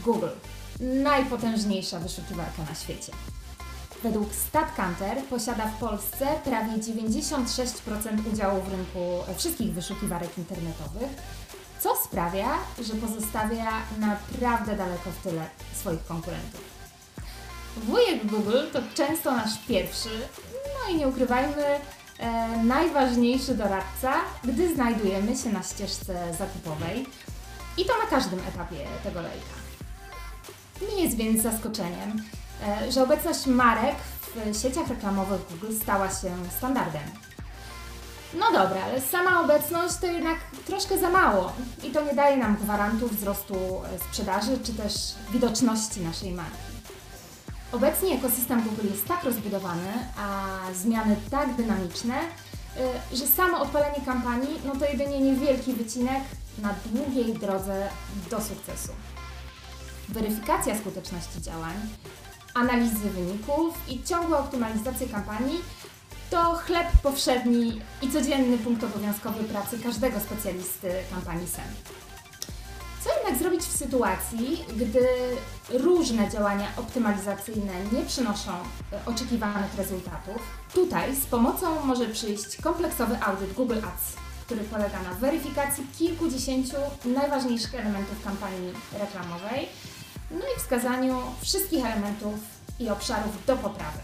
Google, najpotężniejsza wyszukiwarka na świecie. Według StatCounter posiada w Polsce prawie 96% udziału w rynku wszystkich wyszukiwarek internetowych, co sprawia, że pozostawia naprawdę daleko w tyle swoich konkurentów. Wujek Google to często nasz pierwszy, no i nie ukrywajmy, najważniejszy doradca, gdy znajdujemy się na ścieżce zakupowej i to na każdym etapie tego lejka. Nie jest więc zaskoczeniem, że obecność marek w sieciach reklamowych Google stała się standardem. No dobra, ale sama obecność to jednak troszkę za mało i to nie daje nam gwarantów wzrostu sprzedaży czy też widoczności naszej marki. Obecnie ekosystem Google jest tak rozbudowany, a zmiany tak dynamiczne, że samo odpalenie kampanii to jedynie niewielki wycinek na długiej drodze do sukcesu. Weryfikacja skuteczności działań, analizy wyników i ciągła optymalizacja kampanii to chleb powszedni i codzienny punkt obowiązkowy pracy każdego specjalisty kampanii SEM. Co jednak zrobić w sytuacji, gdy różne działania optymalizacyjne nie przynoszą oczekiwanych rezultatów? Tutaj z pomocą może przyjść kompleksowy audyt Google Ads, który polega na weryfikacji kilkudziesięciu najważniejszych elementów kampanii reklamowej, no i wskazaniu wszystkich elementów i obszarów do poprawy.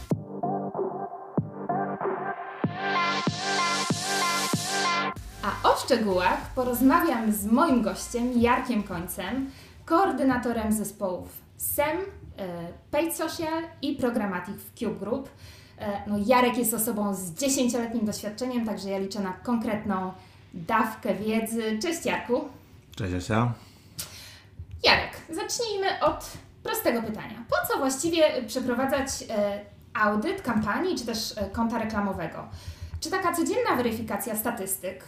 A o szczegółach porozmawiam z moim gościem, Jarkiem Końcem, koordynatorem zespołów SEM, Paid Social i Programmatic w Cube Group. Jarek jest osobą z 10-letnim doświadczeniem, także ja liczę na konkretną dawkę wiedzy. Cześć Jarku. Cześć Asia. Jarek, zacznijmy od prostego pytania. Po co właściwie przeprowadzać audyt kampanii czy też konta reklamowego? Czy taka codzienna weryfikacja statystyk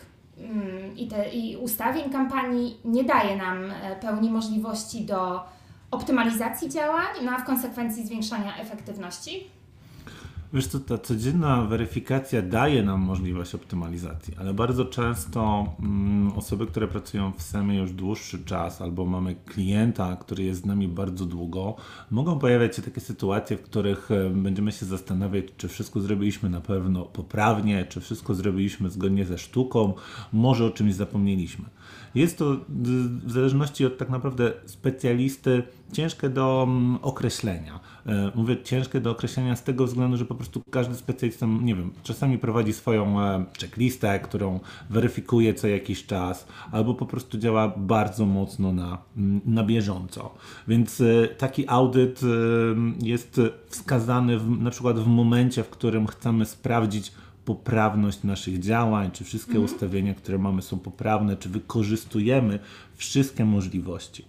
i ustawień kampanii nie daje nam pełni możliwości do optymalizacji działań, a w konsekwencji zwiększania efektywności? Wiesz co, ta codzienna weryfikacja daje nam możliwość optymalizacji, ale bardzo często osoby, które pracują w SEM-ie już dłuższy czas albo mamy klienta, który jest z nami bardzo długo, mogą pojawiać się takie sytuacje, w których będziemy się zastanawiać, czy wszystko zrobiliśmy na pewno poprawnie, czy wszystko zrobiliśmy zgodnie ze sztuką, może o czymś zapomnieliśmy. Jest to w zależności od tak naprawdę specjalisty ciężkie do określenia. Mówię ciężkie do określenia z tego względu, że po prostu każdy specjalista, nie wiem, czasami prowadzi swoją checklistę, którą weryfikuje co jakiś czas, albo po prostu działa bardzo mocno na bieżąco. Więc taki audyt jest wskazany na przykład w momencie, w którym chcemy sprawdzić poprawność naszych działań, czy wszystkie ustawienia, które mamy, są poprawne, czy wykorzystujemy wszystkie możliwości.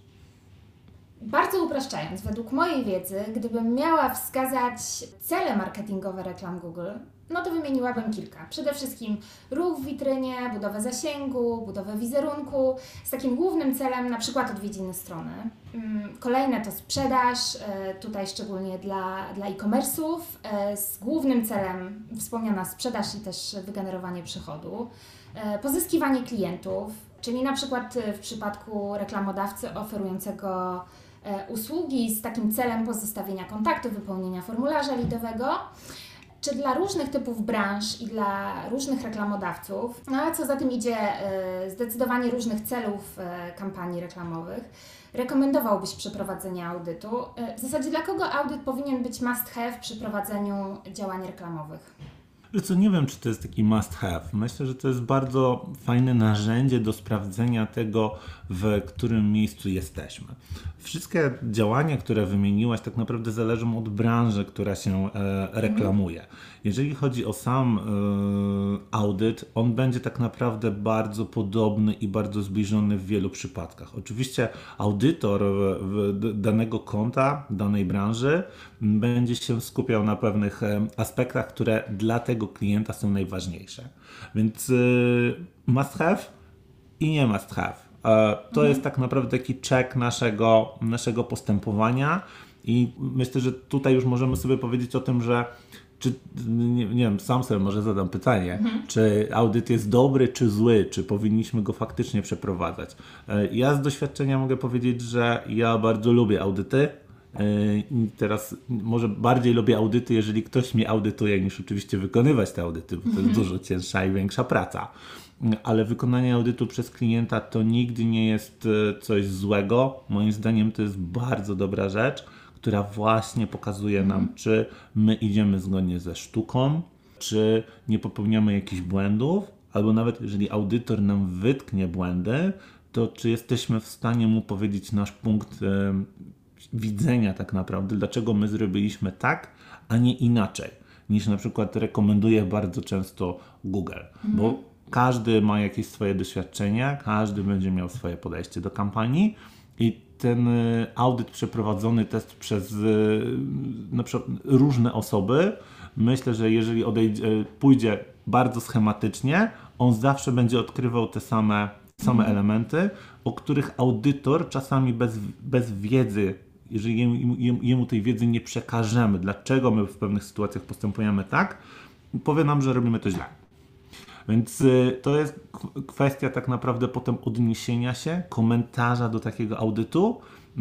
Bardzo upraszczając, według mojej wiedzy, gdybym miała wskazać cele marketingowe reklam Google, to wymieniłabym kilka. Przede wszystkim ruch w witrynie, budowę zasięgu, budowę wizerunku z takim głównym celem na przykład odwiedziny strony. Kolejne to sprzedaż, tutaj szczególnie dla e-commerce'ów, z głównym celem wspomniana sprzedaż i też wygenerowanie przychodu. Pozyskiwanie klientów, czyli na przykład w przypadku reklamodawcy oferującego usługi z takim celem pozostawienia kontaktu, wypełnienia formularza leadowego, czy dla różnych typów branż i dla różnych reklamodawców, a co za tym idzie zdecydowanie różnych celów kampanii reklamowych, rekomendowałbyś przeprowadzenie audytu? W zasadzie dla kogo audyt powinien być must have przy prowadzeniu działań reklamowych? Wiesz co, nie wiem, czy to jest taki must have. Myślę, że to jest bardzo fajne narzędzie do sprawdzenia tego, w którym miejscu jesteśmy. Wszystkie działania, które wymieniłaś, tak naprawdę zależą od branży, która się reklamuje. Jeżeli chodzi o sam audyt, on będzie tak naprawdę bardzo podobny i bardzo zbliżony w wielu przypadkach. Oczywiście audytor danego konta, danej branży będzie się skupiał na pewnych aspektach, które dla tego klienta są najważniejsze. Więc must have i nie must have. To jest tak naprawdę taki check naszego postępowania i myślę, że tutaj już możemy sobie powiedzieć o tym, że czy, nie wiem, sam sobie może zadam pytanie, czy audyt jest dobry, czy zły, czy powinniśmy go faktycznie przeprowadzać. Ja z doświadczenia mogę powiedzieć, że ja bardzo lubię audyty. I teraz może bardziej lubię audyty, jeżeli ktoś mnie audytuje, niż oczywiście wykonywać te audyty, bo to jest dużo cięższa i większa praca. Ale wykonanie audytu przez klienta to nigdy nie jest coś złego. Moim zdaniem to jest bardzo dobra rzecz, która właśnie pokazuje nam, czy my idziemy zgodnie ze sztuką, czy nie popełniamy jakichś błędów, albo nawet jeżeli audytor nam wytknie błędy, to czy jesteśmy w stanie mu powiedzieć nasz punkt widzenia tak naprawdę, dlaczego my zrobiliśmy tak, a nie inaczej, niż na przykład rekomenduje bardzo często Google, bo każdy ma jakieś swoje doświadczenia, każdy będzie miał swoje podejście do kampanii i ten audyt przeprowadzony test przez na przykład różne osoby, myślę, że jeżeli pójdzie bardzo schematycznie, on zawsze będzie odkrywał te same elementy, o których audytor czasami bez wiedzy, jeżeli jemu tej wiedzy nie przekażemy, dlaczego my w pewnych sytuacjach postępujemy tak, powie nam, że robimy to źle. Więc to jest kwestia tak naprawdę potem odniesienia się, komentarza do takiego audytu,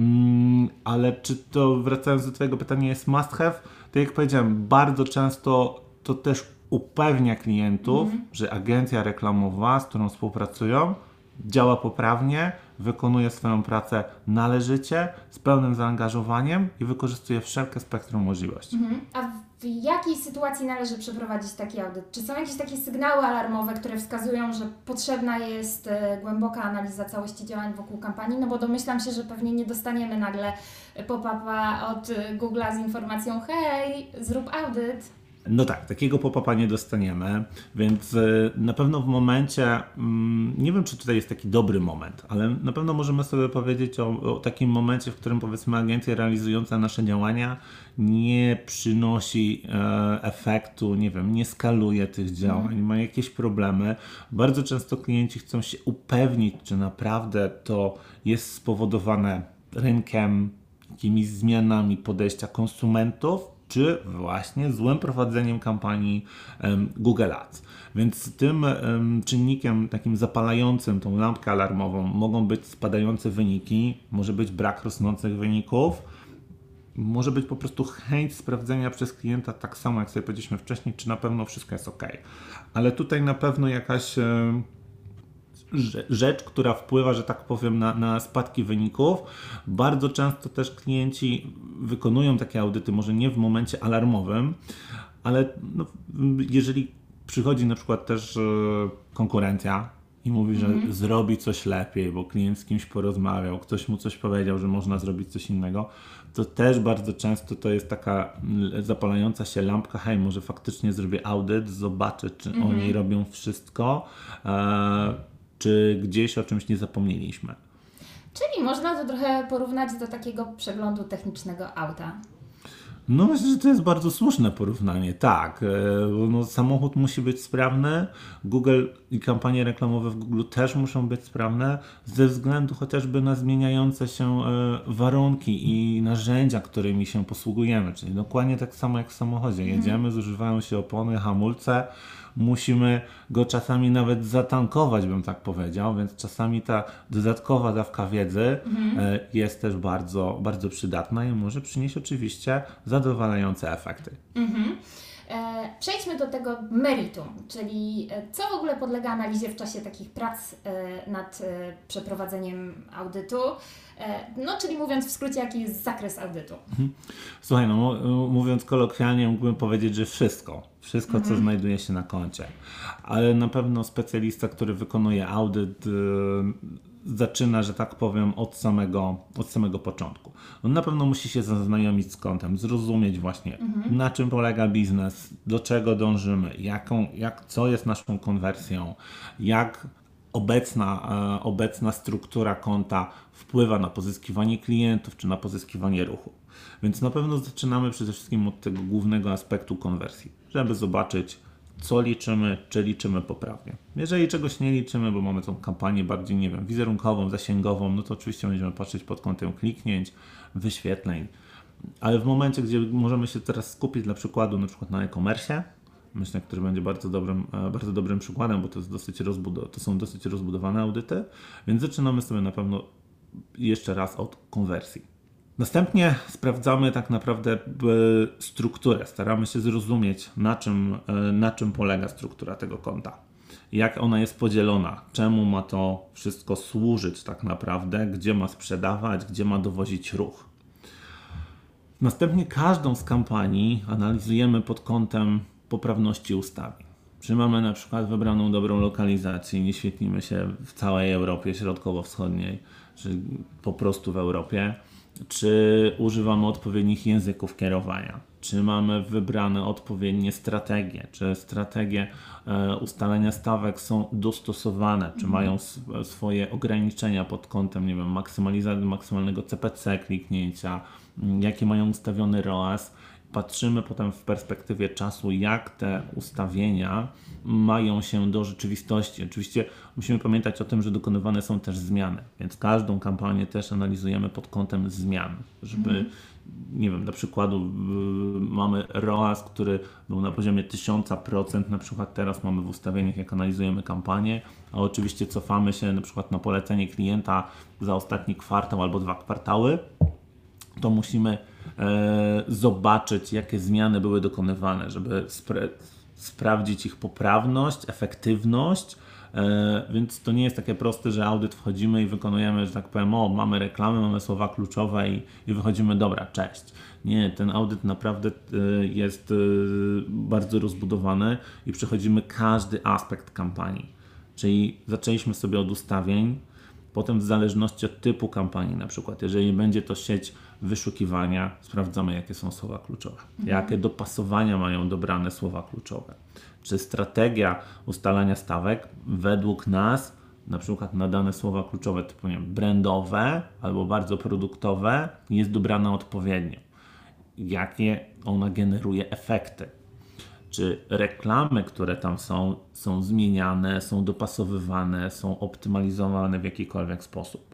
ale czy to, wracając do Twojego pytania, jest must have? To jak powiedziałem, bardzo często to też upewnia klientów, że agencja reklamowa, z którą współpracują, działa poprawnie, wykonuje swoją pracę należycie, z pełnym zaangażowaniem i wykorzystuje wszelkie spektrum możliwości. A w jakiej sytuacji należy przeprowadzić taki audyt? Czy są jakieś takie sygnały alarmowe, które wskazują, że potrzebna jest głęboka analiza całości działań wokół kampanii? No bo domyślam się, że pewnie nie dostaniemy nagle pop-upa od Google'a z informacją: hej, zrób audyt. No tak, takiego pop-upa nie dostaniemy, więc na pewno w momencie, nie wiem czy tutaj jest taki dobry moment, ale na pewno możemy sobie powiedzieć o takim momencie, w którym powiedzmy agencja realizująca nasze działania nie przynosi efektu, nie wiem, nie skaluje tych działań, ma jakieś problemy. Bardzo często klienci chcą się upewnić, czy naprawdę to jest spowodowane rynkiem, jakimiś zmianami podejścia konsumentów, czy właśnie złym prowadzeniem kampanii Google Ads. Więc tym czynnikiem takim zapalającym tą lampkę alarmową mogą być spadające wyniki, może być brak rosnących wyników, może być po prostu chęć sprawdzenia przez klienta, tak samo jak sobie powiedzieliśmy wcześniej, czy na pewno wszystko jest ok. Ale tutaj na pewno jakaś rzecz, która wpływa, że tak powiem, na spadki wyników. Bardzo często też klienci wykonują takie audyty, może nie w momencie alarmowym, ale no, jeżeli przychodzi na przykład też konkurencja i mówi, że zrobi coś lepiej, bo klient z kimś porozmawiał, ktoś mu coś powiedział, że można zrobić coś innego, to też bardzo często to jest taka zapalająca się lampka: hej, może faktycznie zrobię audyt, zobaczę, czy oni robią wszystko, czy gdzieś o czymś nie zapomnieliśmy. Czyli można to trochę porównać do takiego przeglądu technicznego auta. No myślę, że to jest bardzo słuszne porównanie, tak. No, samochód musi być sprawny, Google i kampanie reklamowe w Google też muszą być sprawne ze względu chociażby na zmieniające się warunki i narzędzia, którymi się posługujemy. Czyli dokładnie tak samo jak w samochodzie. Jedziemy, zużywają się opony, hamulce, musimy go czasami nawet zatankować, bym tak powiedział, więc czasami ta dodatkowa dawka wiedzy jest też bardzo, bardzo przydatna i może przynieść oczywiście zadowalające efekty. Przejdźmy do tego meritum, czyli co w ogóle podlega analizie w czasie takich prac nad przeprowadzeniem audytu, no czyli mówiąc w skrócie, jaki jest zakres audytu. Słuchaj, no mówiąc kolokwialnie, mógłbym powiedzieć, że wszystko co znajduje się na koncie, ale na pewno specjalista, który wykonuje audyt, zaczyna, że tak powiem, od samego początku. On na pewno musi się zaznajomić z kontem, zrozumieć właśnie, na czym polega biznes, do czego dążymy, co jest naszą konwersją, jak obecna struktura konta wpływa na pozyskiwanie klientów czy na pozyskiwanie ruchu. Więc na pewno zaczynamy przede wszystkim od tego głównego aspektu konwersji, żeby zobaczyć, co liczymy, czy liczymy poprawnie. Jeżeli czegoś nie liczymy, bo mamy tą kampanię bardziej, nie wiem, wizerunkową, zasięgową, no to oczywiście będziemy patrzeć pod kątem kliknięć, wyświetleń, Ale w momencie, gdzie możemy się teraz skupić dla przykładu na przykład na e-commerce, myślę, który będzie bardzo dobrym przykładem, bo to są dosyć rozbudowane audyty, więc zaczynamy sobie na pewno jeszcze raz od konwersji. Następnie sprawdzamy tak naprawdę strukturę, staramy się zrozumieć, na czym polega struktura tego konta, jak ona jest podzielona, czemu ma to wszystko służyć tak naprawdę, gdzie ma sprzedawać, gdzie ma dowozić ruch. Następnie każdą z kampanii analizujemy pod kątem poprawności ustawień. Czy mamy na przykład wybraną dobrą lokalizację, nie świetlimy się w całej Europie Środkowo-Wschodniej, czy po prostu w Europie, czy używamy odpowiednich języków kierowania, czy mamy wybrane odpowiednie strategie, czy strategie ustalenia stawek są dostosowane, czy mają swoje ograniczenia pod kątem, nie wiem, maksymalnego CPC kliknięcia, jakie mają ustawiony ROAS. Patrzymy potem w perspektywie czasu, jak te ustawienia mają się do rzeczywistości. Oczywiście musimy pamiętać o tym, że dokonywane są też zmiany, więc każdą kampanię też analizujemy pod kątem zmian, żeby, nie wiem, dla przykładu mamy ROAS, który był na poziomie 1000%, na przykład teraz mamy w ustawieniach, jak analizujemy kampanię, a oczywiście cofamy się na przykład na polecenie klienta za ostatni kwartał albo 2 kwartały, to musimy zobaczyć, jakie zmiany były dokonywane, żeby sprawdzić ich poprawność, efektywność, więc to nie jest takie proste, że audyt wchodzimy i wykonujemy, że tak powiem, mamy reklamy, mamy słowa kluczowe i wychodzimy, dobra, cześć. Nie, ten audyt naprawdę jest bardzo rozbudowany i przechodzimy każdy aspekt kampanii, czyli zaczęliśmy sobie od ustawień, potem w zależności od typu kampanii, na przykład jeżeli będzie to sieć wyszukiwania, sprawdzamy, jakie są słowa kluczowe, jakie dopasowania mają dobrane słowa kluczowe, czy strategia ustalania stawek według nas, na przykład na dane słowa kluczowe typu, nie wiem, brandowe albo bardzo produktowe, jest dobrana odpowiednio, jakie ona generuje efekty. Czy reklamy, które tam są zmieniane, są dopasowywane, są optymalizowane w jakikolwiek sposób.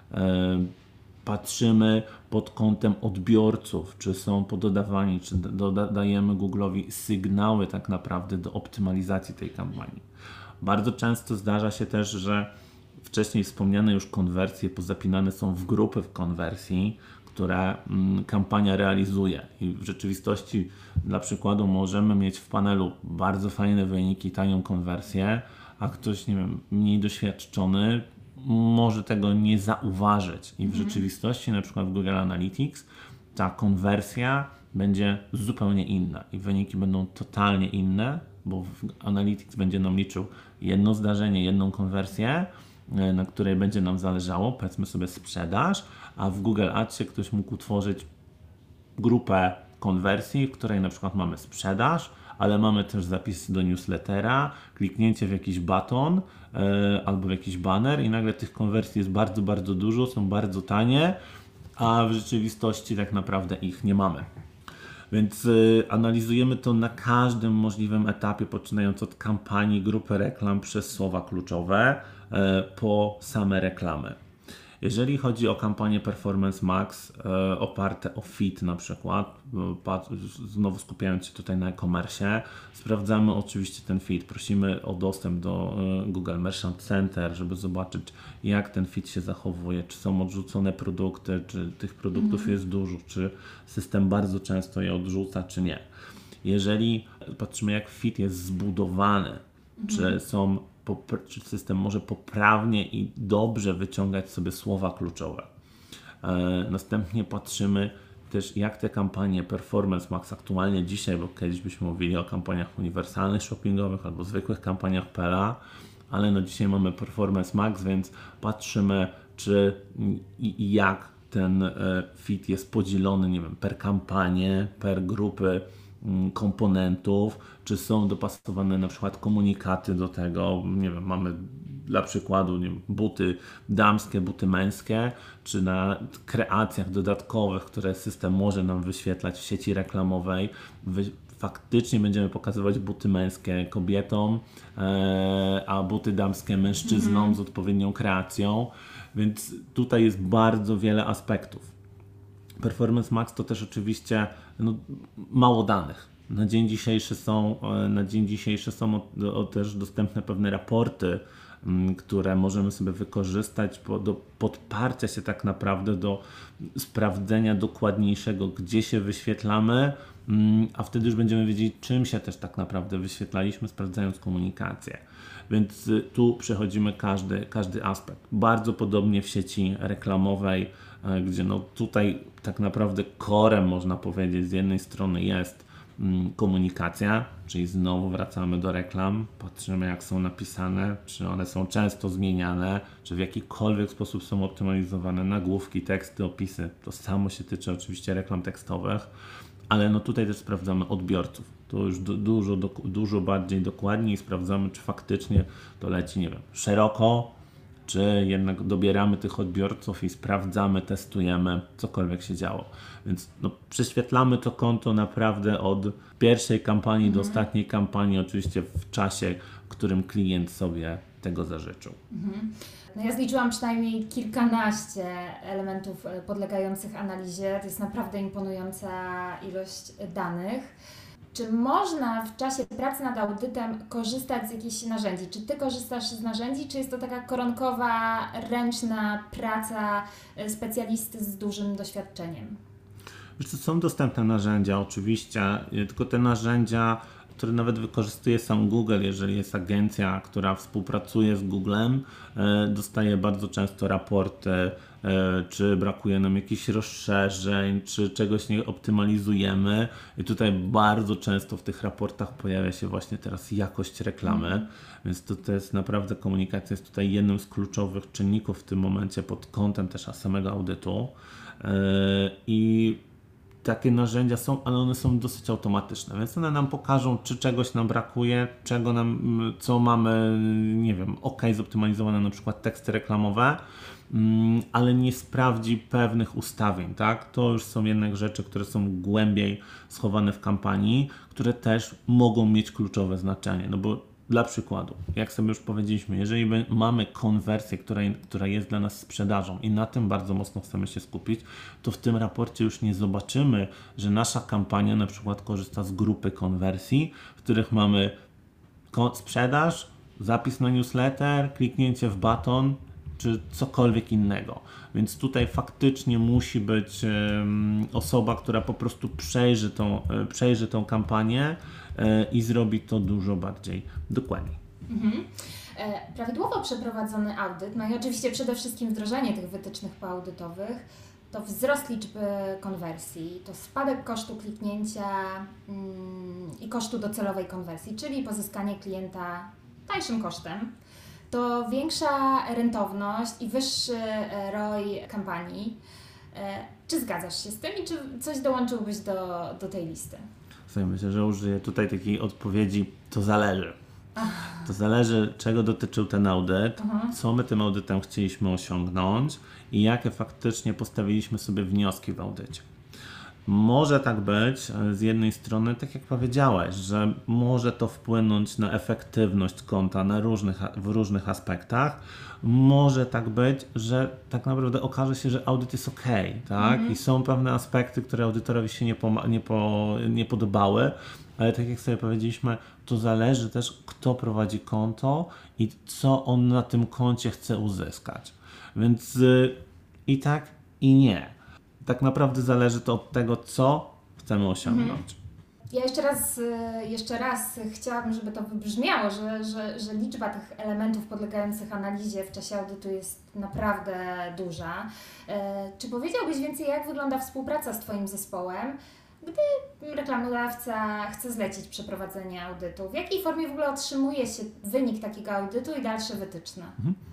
Patrzymy pod kątem odbiorców, czy są pododawani, czy dajemy Google'owi sygnały tak naprawdę do optymalizacji tej kampanii. Bardzo często zdarza się też, że wcześniej wspomniane już konwersje pozapinane są w grupy w konwersji, które kampania realizuje i w rzeczywistości dla przykładu możemy mieć w panelu bardzo fajne wyniki, tanią konwersję, a ktoś, nie wiem, mniej doświadczony może tego nie zauważyć i w rzeczywistości na przykład w Google Analytics ta konwersja będzie zupełnie inna i wyniki będą totalnie inne, bo Analytics będzie nam liczył jedno zdarzenie, jedną konwersję, na której będzie nam zależało, powiedzmy sobie sprzedaż, a w Google Adsie ktoś mógł utworzyć grupę konwersji, w której na przykład mamy sprzedaż, ale mamy też zapis do newslettera, kliknięcie w jakiś baton albo w jakiś banner i nagle tych konwersji jest bardzo, bardzo dużo, są bardzo tanie, a w rzeczywistości tak naprawdę ich nie mamy. Więc analizujemy to na każdym możliwym etapie, poczynając od kampanii, grupy reklam przez słowa kluczowe po same reklamy. Jeżeli chodzi o kampanię Performance Max oparte o feed na przykład, znowu skupiając się tutaj na e-commerce, sprawdzamy oczywiście ten feed, prosimy o dostęp do Google Merchant Center, żeby zobaczyć, jak ten feed się zachowuje, czy są odrzucone produkty, czy tych produktów jest dużo, czy system bardzo często je odrzuca, czy nie. Jeżeli patrzymy, jak feed jest zbudowany, czy system może poprawnie i dobrze wyciągać sobie słowa kluczowe. Następnie patrzymy też, jak te kampanie Performance Max aktualnie dzisiaj, bo kiedyś byśmy mówili o kampaniach uniwersalnych shoppingowych albo zwykłych kampaniach PLA, ale no dzisiaj mamy Performance Max, więc patrzymy, czy i jak ten feed jest podzielony, nie wiem, per kampanię, per grupy komponentów, czy są dopasowane na przykład komunikaty do tego, nie wiem, mamy dla przykładu, nie wiem, buty damskie, buty męskie, czy na kreacjach dodatkowych, które system może nam wyświetlać w sieci reklamowej, faktycznie będziemy pokazywać buty męskie kobietom, a buty damskie mężczyznom z odpowiednią kreacją, więc tutaj jest bardzo wiele aspektów. Performance Max to też oczywiście mało danych. Na dzień dzisiejszy są też dostępne pewne raporty, które możemy sobie wykorzystać do podparcia się tak naprawdę do sprawdzenia dokładniejszego, gdzie się wyświetlamy, a wtedy już będziemy wiedzieć, czym się też tak naprawdę wyświetlaliśmy, sprawdzając komunikację. Więc tu przechodzimy każdy aspekt. Bardzo podobnie w sieci reklamowej, gdzie tutaj tak naprawdę corem, można powiedzieć, z jednej strony jest komunikacja, czyli znowu wracamy do reklam, patrzymy jak są napisane, czy one są często zmieniane, czy w jakikolwiek sposób są optymalizowane, nagłówki, teksty, opisy. To samo się tyczy oczywiście reklam tekstowych, ale tutaj też sprawdzamy odbiorców. To już dużo bardziej dokładniej sprawdzamy, czy faktycznie to leci, nie wiem, szeroko, czy jednak dobieramy tych odbiorców i sprawdzamy, testujemy, cokolwiek się działo. Więc prześwietlamy to konto naprawdę od pierwszej kampanii do ostatniej kampanii, oczywiście w czasie, w którym klient sobie tego zażyczył. Ja zliczyłam przynajmniej kilkanaście elementów podlegających analizie. To jest naprawdę imponująca ilość danych. Czy można w czasie pracy nad audytem korzystać z jakichś narzędzi? Czy Ty korzystasz z narzędzi, czy jest to taka koronkowa, ręczna praca specjalisty z dużym doświadczeniem? Wiesz co, są dostępne narzędzia oczywiście, tylko te narzędzia, które nawet wykorzystuje sam Google, jeżeli jest agencja, która współpracuje z Googlem, dostaje bardzo często raporty, czy brakuje nam jakichś rozszerzeń, czy czegoś nie optymalizujemy. I tutaj bardzo często w tych raportach pojawia się właśnie teraz jakość reklamy, więc to jest naprawdę, komunikacja jest tutaj jednym z kluczowych czynników w tym momencie pod kątem też samego audytu. I takie narzędzia są, ale one są dosyć automatyczne, więc one nam pokażą, czy czegoś nam brakuje, co mamy, nie wiem, zoptymalizowane na przykład teksty reklamowe, ale nie sprawdzi pewnych ustawień, tak? To już są jednak rzeczy, które są głębiej schowane w kampanii, które też mogą mieć kluczowe znaczenie, bo dla przykładu, jak sobie już powiedzieliśmy, jeżeli mamy konwersję, która jest dla nas sprzedażą i na tym bardzo mocno chcemy się skupić, to w tym raporcie już nie zobaczymy, że nasza kampania na przykład korzysta z grupy konwersji, w których mamy sprzedaż, zapis na newsletter, kliknięcie w baton, czy cokolwiek innego. Więc tutaj faktycznie musi być osoba, która po prostu przejrzy tą kampanię i zrobi to dużo bardziej dokładnie. Prawidłowo przeprowadzony audyt, no i oczywiście przede wszystkim wdrożenie tych wytycznych poaudytowych, to wzrost liczby konwersji, to spadek kosztu kliknięcia i kosztu docelowej konwersji, czyli pozyskanie klienta tańszym kosztem. To większa rentowność i wyższy ROI kampanii. Czy zgadzasz się z tym i czy coś dołączyłbyś do tej listy? Myślę, że użyję tutaj takiej odpowiedzi, to zależy. To zależy, czego dotyczył ten audyt, co my tym audytem chcieliśmy osiągnąć i jakie faktycznie postawiliśmy sobie wnioski w audycie. Może tak być z jednej strony, tak jak powiedziałeś, że może to wpłynąć na efektywność konta w różnych aspektach. Może tak być, że tak naprawdę okaże się, że audyt jest ok, tak? I są pewne aspekty, które audytorowi się nie podobały, ale tak jak sobie powiedzieliśmy, to zależy też, kto prowadzi konto i co on na tym koncie chce uzyskać. Więc i tak, i nie. Tak naprawdę zależy to od tego, co chcemy osiągnąć. Ja jeszcze raz chciałabym, żeby to wybrzmiało, że liczba tych elementów podlegających analizie w czasie audytu jest naprawdę duża. Czy powiedziałbyś więcej, jak wygląda współpraca z Twoim zespołem, gdy reklamodawca chce zlecić przeprowadzenie audytu? W jakiej formie w ogóle otrzymuje się wynik takiego audytu i dalsze wytyczne?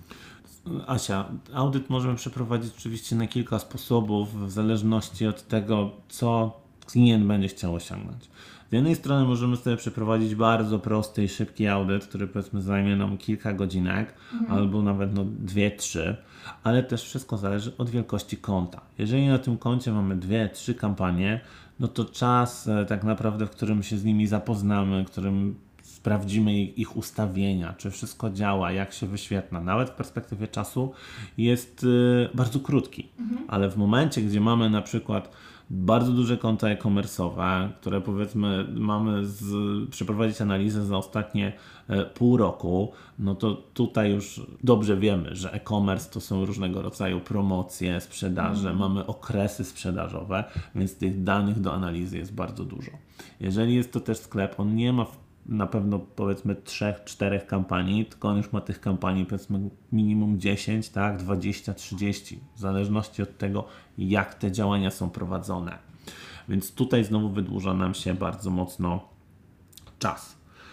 Asia, audyt możemy przeprowadzić oczywiście na kilka sposobów, w zależności od tego, co klient będzie chciał osiągnąć. Z jednej strony możemy sobie przeprowadzić bardzo prosty i szybki audyt, który powiedzmy zajmie nam kilka godzinek, albo nawet 2-3, ale też wszystko zależy od wielkości konta. Jeżeli na tym koncie mamy 2-3 kampanie, no to czas tak naprawdę, w którym się z nimi zapoznamy, w którym sprawdzimy ich ustawienia, czy wszystko działa, jak się wyświetla, nawet w perspektywie czasu jest bardzo krótki. Ale w momencie, gdzie mamy na przykład bardzo duże konta e-commerce'owe, które powiedzmy mamy przeprowadzić analizę za ostatnie pół roku, no to tutaj już dobrze wiemy, że e-commerce to są różnego rodzaju promocje, sprzedaże, mamy okresy sprzedażowe, więc tych danych do analizy jest bardzo dużo. Jeżeli jest to też sklep, on nie ma na pewno powiedzmy 3-4 kampanii, tylko on już ma tych kampanii powiedzmy minimum 10, tak, 20, 30, w zależności od tego, jak te działania są prowadzone. Więc tutaj znowu wydłuża nam się bardzo mocno czas.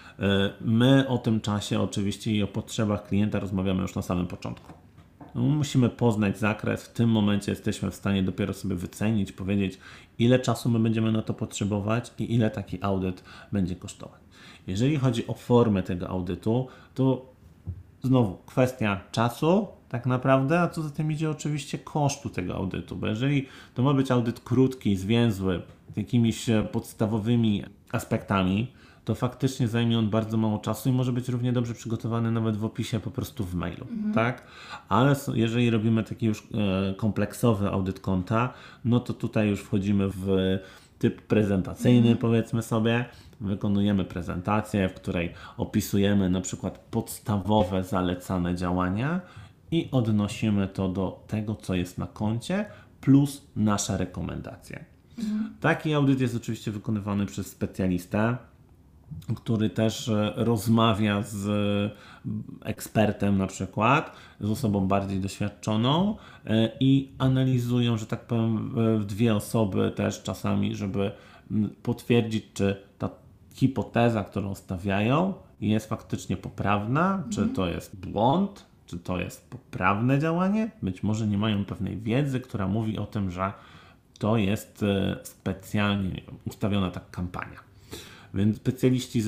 My o tym czasie oczywiście i o potrzebach klienta rozmawiamy już na samym początku. No, musimy poznać zakres, w tym momencie jesteśmy w stanie dopiero sobie wycenić, powiedzieć, ile czasu my będziemy na to potrzebować i ile taki audyt będzie kosztować. Jeżeli chodzi o formę tego audytu, to znowu kwestia czasu tak naprawdę, a co za tym idzie oczywiście kosztu tego audytu, bo jeżeli to ma być audyt krótki, zwięzły, z jakimiś podstawowymi aspektami, to faktycznie zajmie on bardzo mało czasu i może być równie dobrze przygotowany nawet w opisie, po prostu w mailu, tak? Ale jeżeli robimy taki już kompleksowy audyt konta, no to tutaj już wchodzimy w typ prezentacyjny, powiedzmy sobie. Wykonujemy prezentację, w której opisujemy na przykład podstawowe zalecane działania i odnosimy to do tego, co jest na koncie, plus nasze rekomendacje. Taki audyt jest oczywiście wykonywany przez specjalistę, który też rozmawia z ekspertem na przykład, z osobą bardziej doświadczoną i analizują, że tak powiem, w dwie osoby też czasami, żeby potwierdzić, czy ta hipoteza, którą stawiają, jest faktycznie poprawna, czy to jest błąd, czy to jest poprawne działanie. Być może nie mają pewnej wiedzy, która mówi o tym, że to jest specjalnie ustawiona tak kampania. Więc specjaliści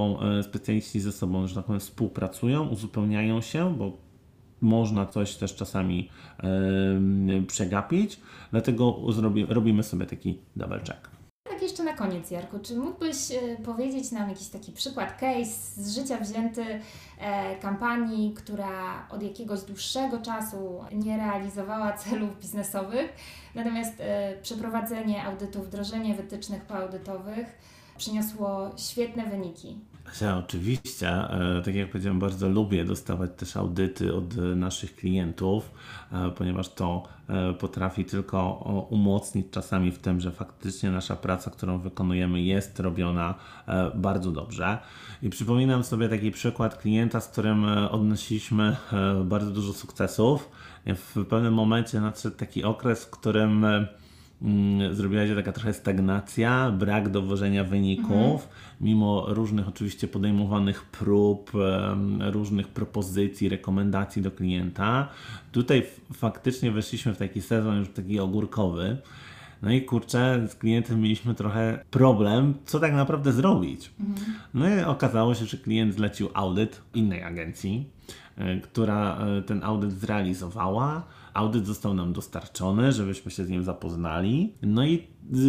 ze sobą, że tak powiem, współpracują, uzupełniają się, bo można coś też czasami przegapić, dlatego robimy sobie taki double check. Tak jeszcze na koniec, Jarku, czy mógłbyś powiedzieć nam jakiś taki przykład, case z życia wzięty kampanii, która od jakiegoś dłuższego czasu nie realizowała celów biznesowych, natomiast przeprowadzenie audytu, wdrożenie wytycznych poaudytowych przyniosło świetne wyniki? Ja, oczywiście, tak jak powiedziałem, bardzo lubię dostawać też audyty od naszych klientów, ponieważ to potrafi tylko umocnić czasami w tym, że faktycznie nasza praca, którą wykonujemy, jest robiona bardzo dobrze. I przypominam sobie taki przykład klienta, z którym odnosiliśmy bardzo dużo sukcesów. W pewnym momencie nadszedł taki okres, w którym zrobiła się taka trochę stagnacja, brak dowożenia wyników, mimo różnych oczywiście podejmowanych prób, różnych propozycji, rekomendacji do klienta. Tutaj faktycznie weszliśmy w taki sezon już taki ogórkowy. No i kurczę, z klientem mieliśmy trochę problem, co tak naprawdę zrobić. No i okazało się, że klient zlecił audyt innej agencji, która ten audyt zrealizowała. Audyt został nam dostarczony, żebyśmy się z nim zapoznali. No i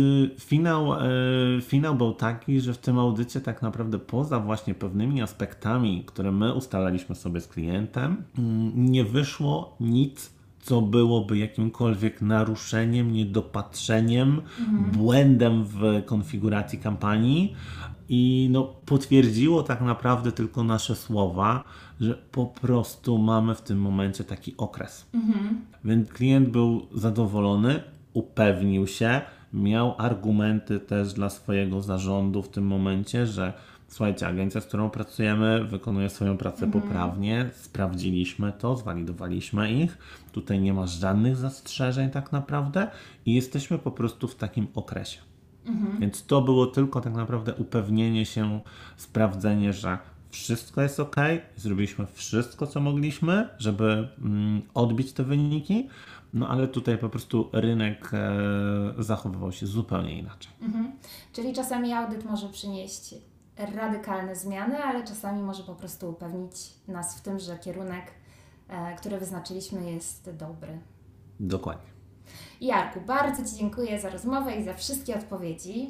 finał był taki, że w tym audycie tak naprawdę poza właśnie pewnymi aspektami, które my ustalaliśmy sobie z klientem, nie wyszło nic, co byłoby jakimkolwiek naruszeniem, niedopatrzeniem, błędem w konfiguracji kampanii. I potwierdziło tak naprawdę tylko nasze słowa, że po prostu mamy w tym momencie taki okres. Więc klient był zadowolony, upewnił się, miał argumenty też dla swojego zarządu w tym momencie, że słuchajcie, agencja, z którą pracujemy, wykonuje swoją pracę poprawnie, sprawdziliśmy to, zwalidowaliśmy ich, tutaj nie ma żadnych zastrzeżeń tak naprawdę i jesteśmy po prostu w takim okresie. Więc to było tylko tak naprawdę upewnienie się, sprawdzenie, że wszystko jest ok, zrobiliśmy wszystko, co mogliśmy, żeby odbić te wyniki, ale tutaj po prostu rynek zachowywał się zupełnie inaczej. Czyli czasami audyt może przynieść radykalne zmiany, ale czasami może po prostu upewnić nas w tym, że kierunek, który wyznaczyliśmy, jest dobry. Dokładnie. Jarku, bardzo Ci dziękuję za rozmowę i za wszystkie odpowiedzi.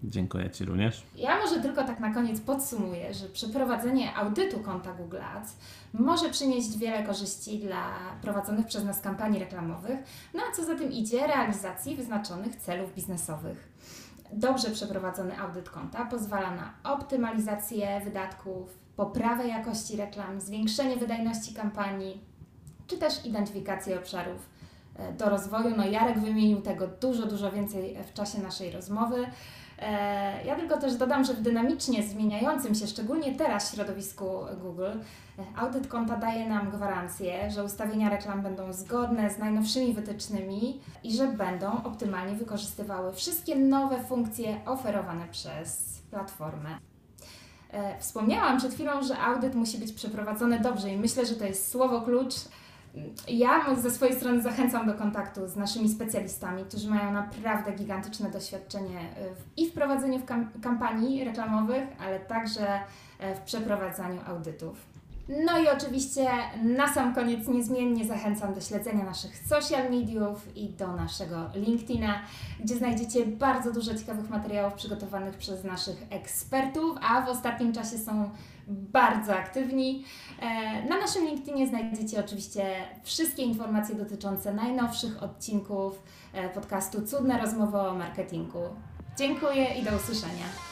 Dziękuję Ci również. Ja może tylko tak na koniec podsumuję, że przeprowadzenie audytu konta Google Ads może przynieść wiele korzyści dla prowadzonych przez nas kampanii reklamowych, no a co za tym idzie, realizacji wyznaczonych celów biznesowych. Dobrze przeprowadzony audyt konta pozwala na optymalizację wydatków, poprawę jakości reklam, zwiększenie wydajności kampanii, czy też identyfikację obszarów do rozwoju. No Jarek wymienił tego dużo więcej w czasie naszej rozmowy. Ja tylko też dodam, że w dynamicznie zmieniającym się, szczególnie teraz środowisku Google, audyt konta daje nam gwarancję, że ustawienia reklam będą zgodne z najnowszymi wytycznymi i że będą optymalnie wykorzystywały wszystkie nowe funkcje oferowane przez platformę. Wspomniałam przed chwilą, że audyt musi być przeprowadzony dobrze i myślę, że to jest słowo klucz. Ja ze swojej strony zachęcam do kontaktu z naszymi specjalistami, którzy mają naprawdę gigantyczne doświadczenie i w prowadzeniu kampanii reklamowych, ale także w przeprowadzaniu audytów. No i oczywiście na sam koniec niezmiennie zachęcam do śledzenia naszych social mediów i do naszego LinkedIna, gdzie znajdziecie bardzo dużo ciekawych materiałów przygotowanych przez naszych ekspertów, a w ostatnim czasie są bardzo aktywni. Na naszym LinkedInie znajdziecie oczywiście wszystkie informacje dotyczące najnowszych odcinków podcastu Cudne rozmowy o marketingu. Dziękuję i do usłyszenia.